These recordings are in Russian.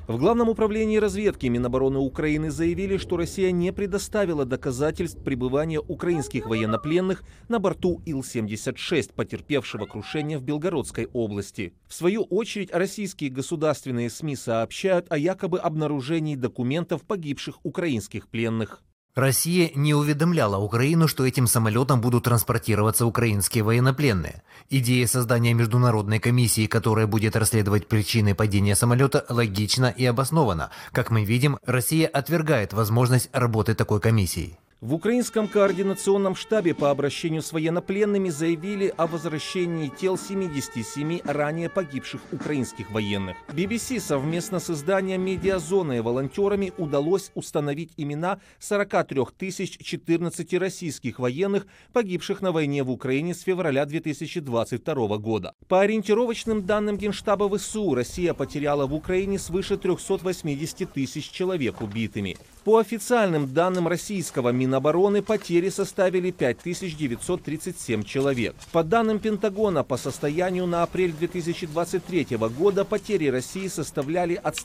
В Главном управлении разведки Минобороны Украины заявили, что Россия не предоставила доказательств пребывания украинских военнопленных на борту Ил-76, потерпевшего крушение в Белгородской области. В свою очередь, российские государственные СМИ сообщают о якобы обнаружении документов погибших украинских пленных. Россия не уведомляла Украину, что этим самолетом будут транспортироваться украинские военнопленные. Идея создания международной комиссии, которая будет расследовать причины падения самолета, логична и обоснована. Как мы видим, Россия отвергает возможность работы такой комиссии. В украинском координационном штабе по обращению с военнопленными заявили о возвращении тел 77 ранее погибших украинских военных. BBC совместно с изданием «Медиазона» и волонтерами удалось установить имена 43 014 российских военных, погибших на войне в Украине с февраля 2022 года. По ориентировочным данным Генштаба ВСУ, Россия потеряла в Украине свыше 380 тысяч человек убитыми. По официальным данным российского Минобороны, потери составили 5937 человек. По данным Пентагона, по состоянию на апрель 2023 года потери России составляли от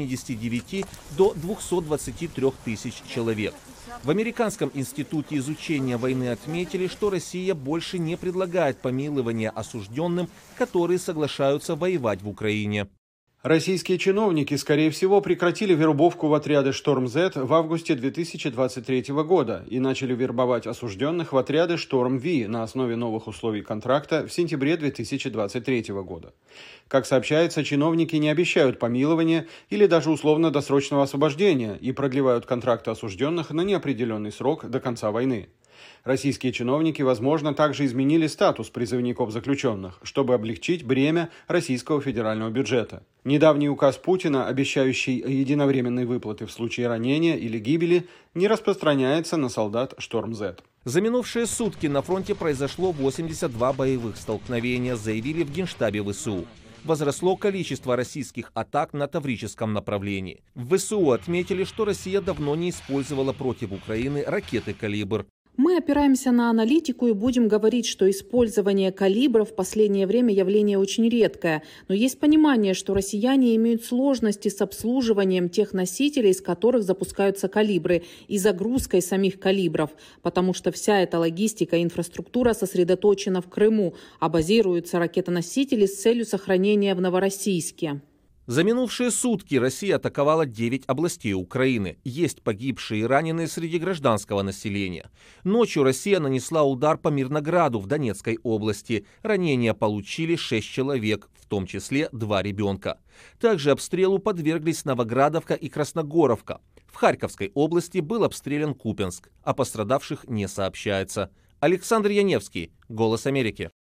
189 до 223 тысяч человек. В Американском институте изучения войны отметили, что Россия больше не предлагает помилования осужденным, которые соглашаются воевать в Украине. Российские чиновники, скорее всего, прекратили вербовку в отряды «Шторм-Z» в августе 2023 года и начали вербовать осужденных в отряды «Шторм-V» на основе новых условий контракта в сентябре 2023 года. Как сообщается, чиновники не обещают помилования или даже условно-досрочного освобождения и продлевают контракты осужденных на неопределенный срок до конца войны. Российские чиновники, возможно, также изменили статус призывников-заключенных, чтобы облегчить бремя российского федерального бюджета. Недавний указ Путина, обещающий единовременные выплаты в случае ранения или гибели, не распространяется на солдат «Шторм-Z». За минувшие сутки на фронте произошло 82 боевых столкновения, заявили в Генштабе ВСУ. Возросло количество российских атак на Таврическом направлении. В ВСУ отметили, что Россия давно не использовала против Украины ракеты «Калибр». Мы опираемся на аналитику и будем говорить, что использование калибров в последнее время явление очень редкое. Но есть понимание, что россияне имеют сложности с обслуживанием тех носителей, из которых запускаются калибры, и загрузкой самих калибров, потому что вся эта логистика и инфраструктура сосредоточена в Крыму, а базируются ракетоносители с целью сохранения в Новороссийске. За минувшие сутки Россия атаковала 9 областей Украины. Есть погибшие и раненые среди гражданского населения. Ночью Россия нанесла удар по Мирнограду в Донецкой области. Ранения получили 6 человек, в том числе 2 ребенка. Также обстрелу подверглись Новоградовка и Красногоровка. В Харьковской области был обстрелян Купянск. О пострадавших не сообщается. Александр Яневский, «Голос Америки».